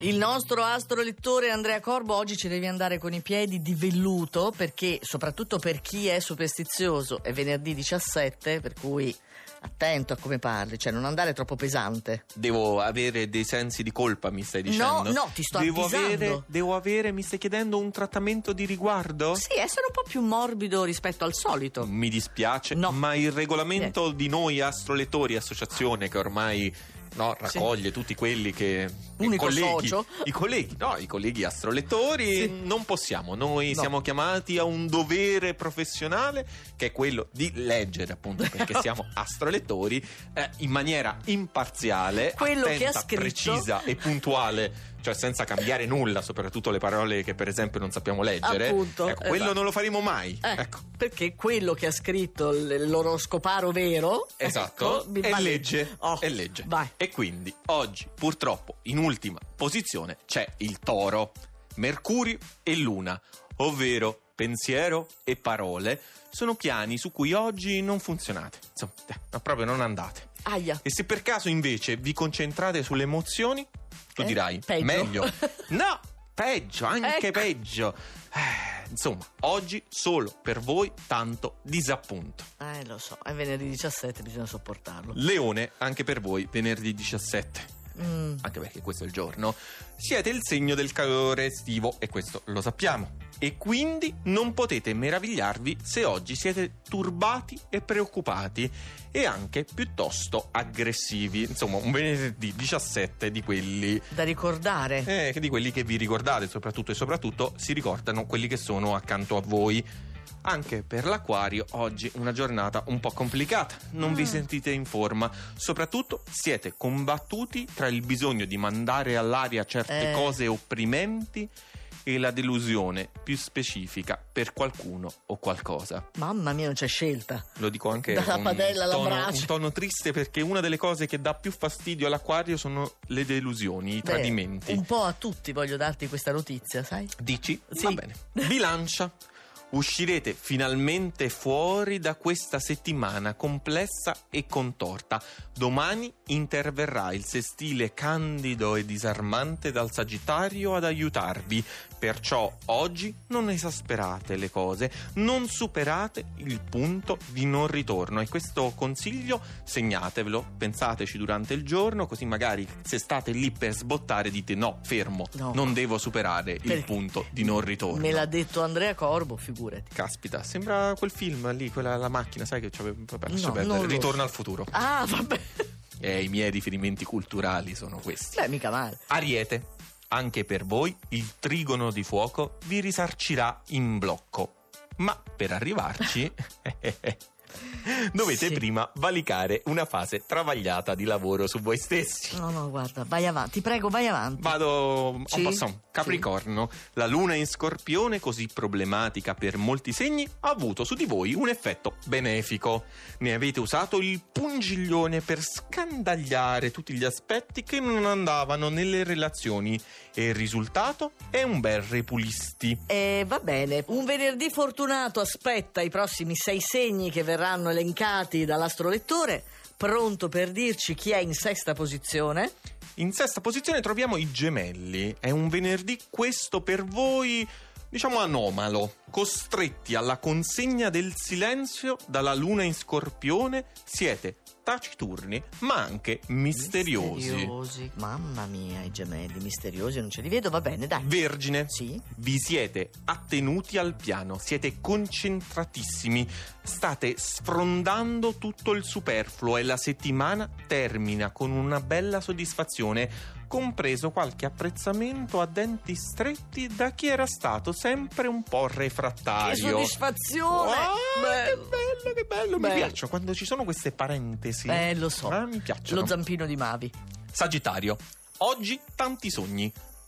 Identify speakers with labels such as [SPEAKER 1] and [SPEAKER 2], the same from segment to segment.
[SPEAKER 1] Il nostro astrolettore Andrea Corbo oggi ci devi andare con i piedi di velluto, perché soprattutto per chi è superstizioso è venerdì 17, per cui attento a come parli, cioè non andare troppo pesante.
[SPEAKER 2] Devo avere dei sensi di colpa, mi stai dicendo?
[SPEAKER 1] No, ti sto avvisando.
[SPEAKER 2] Devo avere, mi stai chiedendo un trattamento di riguardo?
[SPEAKER 1] Sì, essere un po' più morbido rispetto al solito.
[SPEAKER 2] Mi dispiace,
[SPEAKER 1] No.
[SPEAKER 2] ma il regolamento di noi astrolettori, associazione che ormai raccoglie tutti quelli che...
[SPEAKER 1] Unico socio.
[SPEAKER 2] I colleghi astrolettori, non possiamo. Noi siamo chiamati a un dovere professionale che è quello di leggere, appunto, perché siamo astrolettori, in maniera imparziale,
[SPEAKER 1] quello
[SPEAKER 2] attenta,
[SPEAKER 1] che ha scritto,
[SPEAKER 2] precisa e puntuale, cioè senza cambiare nulla, soprattutto le parole che per esempio non sappiamo leggere.
[SPEAKER 1] Appunto,
[SPEAKER 2] ecco, quello non lo faremo mai. Ecco.
[SPEAKER 1] Perché quello che ha scritto l'oroscoparo vero,
[SPEAKER 2] esatto,
[SPEAKER 1] ecco,
[SPEAKER 2] è legge.
[SPEAKER 1] È legge.
[SPEAKER 2] Vai. E quindi oggi, purtroppo, in ultima posizione c'è il Toro, Mercurio e Luna, ovvero pensiero e parole. Sono piani su cui oggi non funzionate, insomma, proprio non andate.
[SPEAKER 1] Aia.
[SPEAKER 2] E se per caso invece vi concentrate sulle emozioni, tu dirai,
[SPEAKER 1] peggio.
[SPEAKER 2] meglio. No, peggio, anche
[SPEAKER 1] ecco.
[SPEAKER 2] Peggio. Insomma, oggi solo per voi tanto disappunto.
[SPEAKER 1] Lo so, è venerdì 17, bisogna sopportarlo.
[SPEAKER 2] Leone, anche per voi venerdì 17. Anche perché questo è il giorno. Siete il segno del calore estivo e questo lo sappiamo. E quindi non potete meravigliarvi se oggi siete turbati e preoccupati e anche piuttosto aggressivi. Insomma, un venerdì 17 di quelli
[SPEAKER 1] da ricordare.
[SPEAKER 2] Di quelli che vi ricordate soprattutto, e soprattutto si ricordano quelli che sono accanto a voi. Anche per l'Acquario oggi una giornata un po' complicata, non vi sentite in forma, soprattutto siete combattuti tra il bisogno di mandare all'aria certe cose opprimenti e la delusione più specifica per qualcuno o qualcosa.
[SPEAKER 1] Mamma mia, non c'è scelta.
[SPEAKER 2] Lo dico anche
[SPEAKER 1] dalla padella alla braccia.
[SPEAKER 2] Un tono triste, perché una delle cose che dà più fastidio all'Acquario sono le delusioni, i tradimenti.
[SPEAKER 1] Un po' a tutti voglio darti questa notizia, sai?
[SPEAKER 2] Dici?
[SPEAKER 1] Sì.
[SPEAKER 2] Va bene. Bilancia. Uscirete finalmente fuori da questa settimana complessa e contorta. Domani interverrà il sestile candido e disarmante dal Sagittario ad aiutarvi. Perciò oggi non esasperate le cose, non superate il punto di non ritorno. E questo consiglio segnatevelo, pensateci durante il giorno, così magari se state lì per sbottare dite no, fermo, non devo superare il punto di non ritorno.
[SPEAKER 1] Me l'ha detto Andrea Corbo, figurati.
[SPEAKER 2] Caspita, sembra quel film lì, quella la macchina, sai che c'aveva Ritorno al futuro.
[SPEAKER 1] Ah, vabbè.
[SPEAKER 2] I miei riferimenti culturali sono questi.
[SPEAKER 1] Beh, mica male.
[SPEAKER 2] Ariete, anche per voi il trigono di fuoco vi risarcirà in blocco. Ma per arrivarci dovete prima valicare una fase travagliata di lavoro su voi stessi.
[SPEAKER 1] No, guarda, vai avanti, ti prego, vai avanti.
[SPEAKER 2] Vado en passant. Capricorno, la luna in Scorpione, così problematica per molti segni, ha avuto su di voi un effetto benefico. Ne avete usato il pungiglione per scandagliare tutti gli aspetti che non andavano nelle relazioni e il risultato è un bel repulisti.
[SPEAKER 1] Va bene, un venerdì fortunato aspetta i prossimi 6 segni che verranno elencati dall'astrolettore, pronto per dirci chi è in sesta posizione.
[SPEAKER 2] In sesta posizione troviamo i Gemelli. È un venerdì questo per voi, diciamo, anomalo. Costretti alla consegna del silenzio dalla luna in Scorpione, siete taciturni ma anche misteriosi.
[SPEAKER 1] Mamma mia, i Gemelli misteriosi, non ce li vedo, va bene, dai.
[SPEAKER 2] Vergine,
[SPEAKER 1] sì,
[SPEAKER 2] vi siete attenuti al piano, siete concentratissimi, state sfrondando tutto il superfluo e la settimana termina con una bella soddisfazione, compreso qualche apprezzamento a denti stretti da chi era stato sempre un po' refrattario.
[SPEAKER 1] Che soddisfazione!
[SPEAKER 2] Che bello, mi piacciono quando ci sono queste parentesi.
[SPEAKER 1] Lo so,
[SPEAKER 2] mi piacciono.
[SPEAKER 1] lo zampino di Mavi.
[SPEAKER 2] Sagittario, oggi tanti sogni,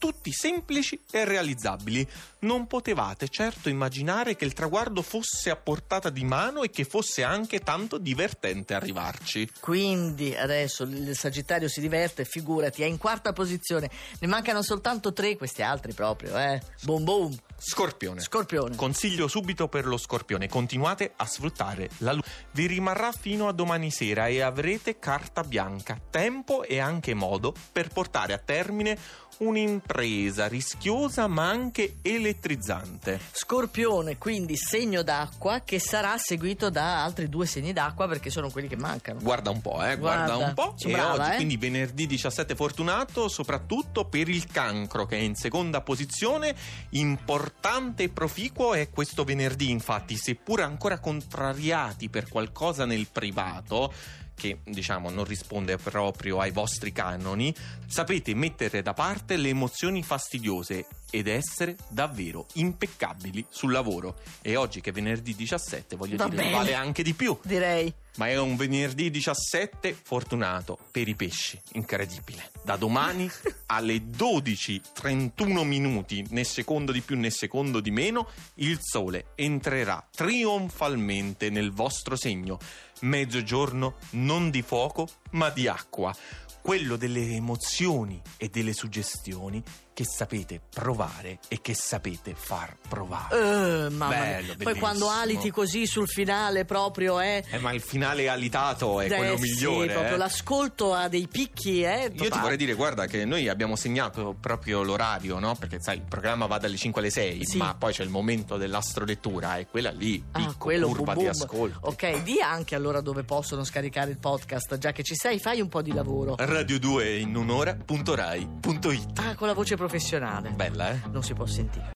[SPEAKER 2] tutti semplici e realizzabili. Non potevate certo immaginare che il traguardo fosse a portata di mano e che fosse anche tanto divertente arrivarci.
[SPEAKER 1] Quindi adesso il Sagittario si diverte, figurati, è in quarta posizione. Ne mancano soltanto 3, questi altri proprio, Boom boom.
[SPEAKER 2] Scorpione. Consiglio subito per lo Scorpione: continuate a sfruttare la luce. Vi rimarrà fino a domani sera e avrete carta bianca, tempo e anche modo per portare a termine un'impresa rischiosa ma anche elettrizzante.
[SPEAKER 1] Scorpione, quindi segno d'acqua, che sarà seguito da altri 2 segni d'acqua, perché sono quelli che mancano.
[SPEAKER 2] Guarda un po', guarda un po'.
[SPEAKER 1] Sono
[SPEAKER 2] e
[SPEAKER 1] brava,
[SPEAKER 2] oggi, quindi venerdì 17 fortunato, soprattutto per il Cancro, che è in seconda posizione. Importante e proficuo è questo venerdì, infatti, seppur ancora contrariati per qualcosa nel privato, che diciamo non risponde proprio ai vostri canoni, sapete mettere da parte le emozioni fastidiose ed essere davvero impeccabili sul lavoro. E oggi, che è venerdì 17, voglio dire, vale anche di più,
[SPEAKER 1] direi.
[SPEAKER 2] Ma è un venerdì 17 fortunato per i pesci, incredibile. Da domani alle 12:31 minuti, né secondo di più né secondo di meno, il sole entrerà trionfalmente nel vostro segno. Mezzogiorno non di fuoco ma di acqua, quello delle emozioni e delle suggestioni che sapete provare e che sapete far provare.
[SPEAKER 1] Mamma
[SPEAKER 2] Bello,
[SPEAKER 1] mia. Poi quando aliti così sul finale proprio
[SPEAKER 2] ma il finale alitato è quello migliore.
[SPEAKER 1] Sì, proprio l'ascolto ha dei picchi,
[SPEAKER 2] Io ti vorrei dire, guarda, che noi abbiamo segnato proprio l'orario, no? Perché sai, il programma va dalle 5 alle 6,
[SPEAKER 1] sì,
[SPEAKER 2] ma poi c'è il momento dell'astrolettura e quella lì,
[SPEAKER 1] quello
[SPEAKER 2] curva di ascolto.
[SPEAKER 1] Ok, di anche allora dove possono scaricare il podcast, già che ci sei, fai un po' di lavoro.
[SPEAKER 2] Radio 2 in un'ora.rai.it.
[SPEAKER 1] Con la voce professionale.
[SPEAKER 2] Bella,
[SPEAKER 1] Non si può sentire.